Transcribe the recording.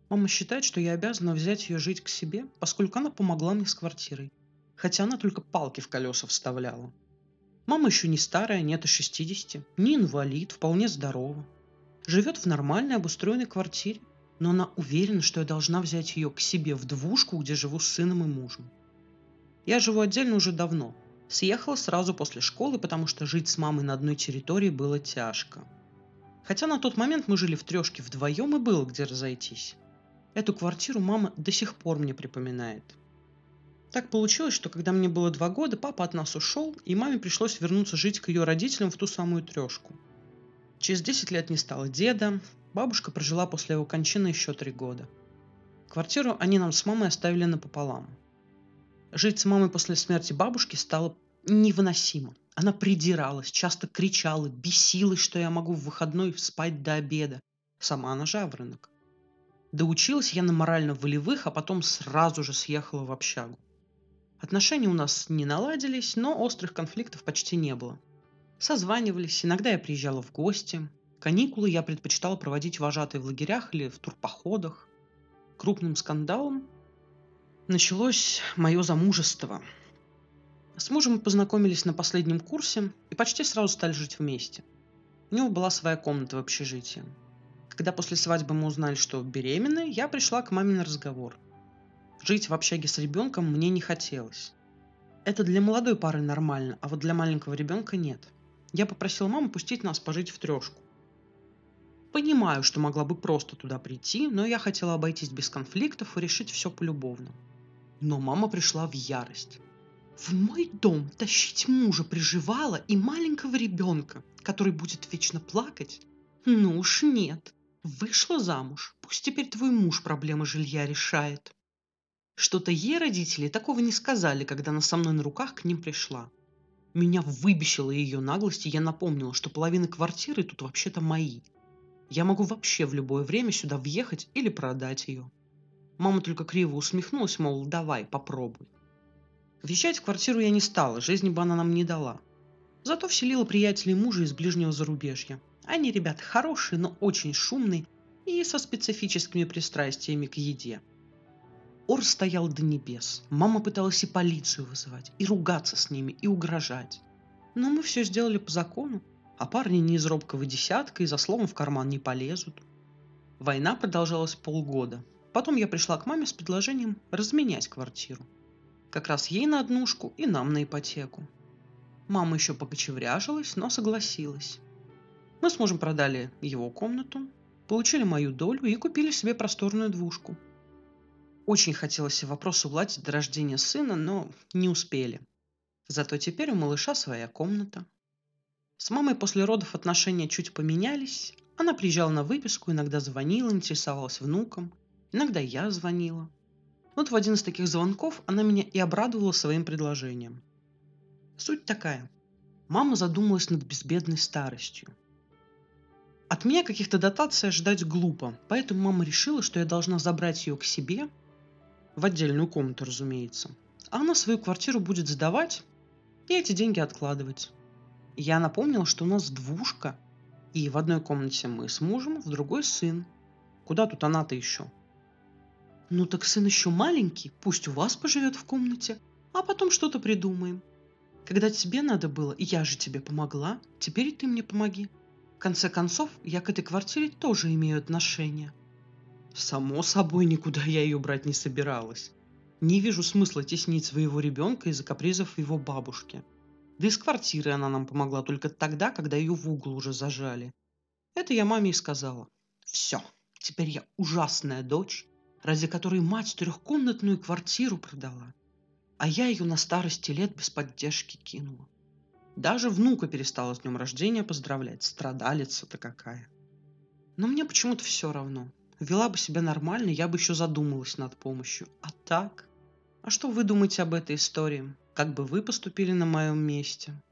Мама считает, что я обязана взять ее жить к себе, поскольку она помогла мне с квартирой. Хотя она только палки в колеса вставляла. Мама еще не старая, нет и 60, не инвалид, вполне здорова. Живет в нормальной обустроенной квартире, но она уверена, что я должна взять ее к себе в двушку, где живу с сыном и мужем. Я живу отдельно уже давно. Съехала сразу после школы, потому что жить с мамой на одной территории было тяжко. Хотя на тот момент мы жили в трешке вдвоем и было где разойтись. Эту квартиру мама до сих пор мне припоминает. Так получилось, что когда мне было 2 года, папа от нас ушел, и маме пришлось вернуться жить к ее родителям в ту самую трешку. Через 10 лет не стало деда, бабушка прожила после его кончины еще 3 года. Квартиру они нам с мамой оставили напополам. Жить с мамой после смерти бабушки стало невыносимо. Она придиралась, часто кричала, бесилась, что я могу в выходной спать до обеда. Сама она жаворонок. Доучилась я на морально-волевых, а потом сразу же съехала в общагу. Отношения у нас не наладились, но острых конфликтов почти не было. Созванивались, иногда я приезжала в гости. Каникулы я предпочитала проводить вожатой в лагерях или в турпоходах. Крупным скандалом началось мое замужество. С мужем мы познакомились на последнем курсе и почти сразу стали жить вместе. У него была своя комната в общежитии. Когда после свадьбы мы узнали, что беременны, я пришла к маме на разговор. Жить в общаге с ребенком мне не хотелось. Это для молодой пары нормально, а вот для маленького ребенка нет. Я попросила маму пустить нас пожить в трешку. Понимаю, что могла бы просто туда прийти, но я хотела обойтись без конфликтов и решить все полюбовно. Но мама пришла в ярость. В мой дом тащить мужа приживала и маленького ребенка, который будет вечно плакать? Ну уж нет. Вышла замуж, пусть теперь твой муж проблемы жилья решает. Что-то ей родители такого не сказали, когда она со мной на руках к ним пришла. Меня выбесила ее наглость, и я напомнила, что половина квартиры тут вообще-то мои. Я могу вообще в любое время сюда въехать или продать ее. Мама только криво усмехнулась, мол, давай, попробуй. Въезжать в квартиру я не стала, жизни бы она нам не дала. Зато вселила приятелей мужа из ближнего зарубежья. Они, ребята, хорошие, но очень шумные и со специфическими пристрастиями к еде. Ор стоял до небес. Мама пыталась и полицию вызывать, и ругаться с ними, и угрожать. Но мы все сделали по закону, а парни не из робкого десятка и за словом в карман не полезут. Война продолжалась полгода. Потом я пришла к маме с предложением разменять квартиру. Как раз ей на однушку и нам на ипотеку. Мама еще покочевряжилась, но согласилась. Мы с мужем продали его комнату, получили мою долю и купили себе просторную двушку. Очень хотелось вопрос уладить до рождения сына, но не успели. Зато теперь у малыша своя комната. С мамой после родов отношения чуть поменялись. Она приезжала на выписку, иногда звонила, интересовалась внуком. Иногда я звонила. Вот в один из таких звонков она меня и обрадовала своим предложением. Суть такая. Мама задумалась над безбедной старостью. От меня каких-то дотаций ожидать глупо, поэтому мама решила, что я должна забрать ее к себе, в отдельную комнату, разумеется, а она свою квартиру будет сдавать и эти деньги откладывать. Я напомнила, что у нас двушка, и в одной комнате мы с мужем, в другой сын. Куда тут она-то еще? Ну так сын еще маленький, пусть у вас поживет в комнате, а потом что-то придумаем. Когда тебе надо было, и я же тебе помогла, теперь и ты мне помоги. В конце концов, я к этой квартире тоже имею отношение. Само собой, никуда я ее брать не собиралась. Не вижу смысла теснить своего ребенка из-за капризов его бабушки. Да и с квартиры она нам помогла только тогда, когда ее в угол уже зажали. Это я маме и сказала. Все, теперь я ужасная дочь, ради которой мать трехкомнатную квартиру продала. А я ее на старости лет без поддержки кинула. Даже внука перестала с днем рождения поздравлять. Страдалица-то какая. Но мне почему-то все равно. Вела бы себя нормально, я бы еще задумалась над помощью. А так? А что вы думаете об этой истории? Как бы вы поступили на моем месте?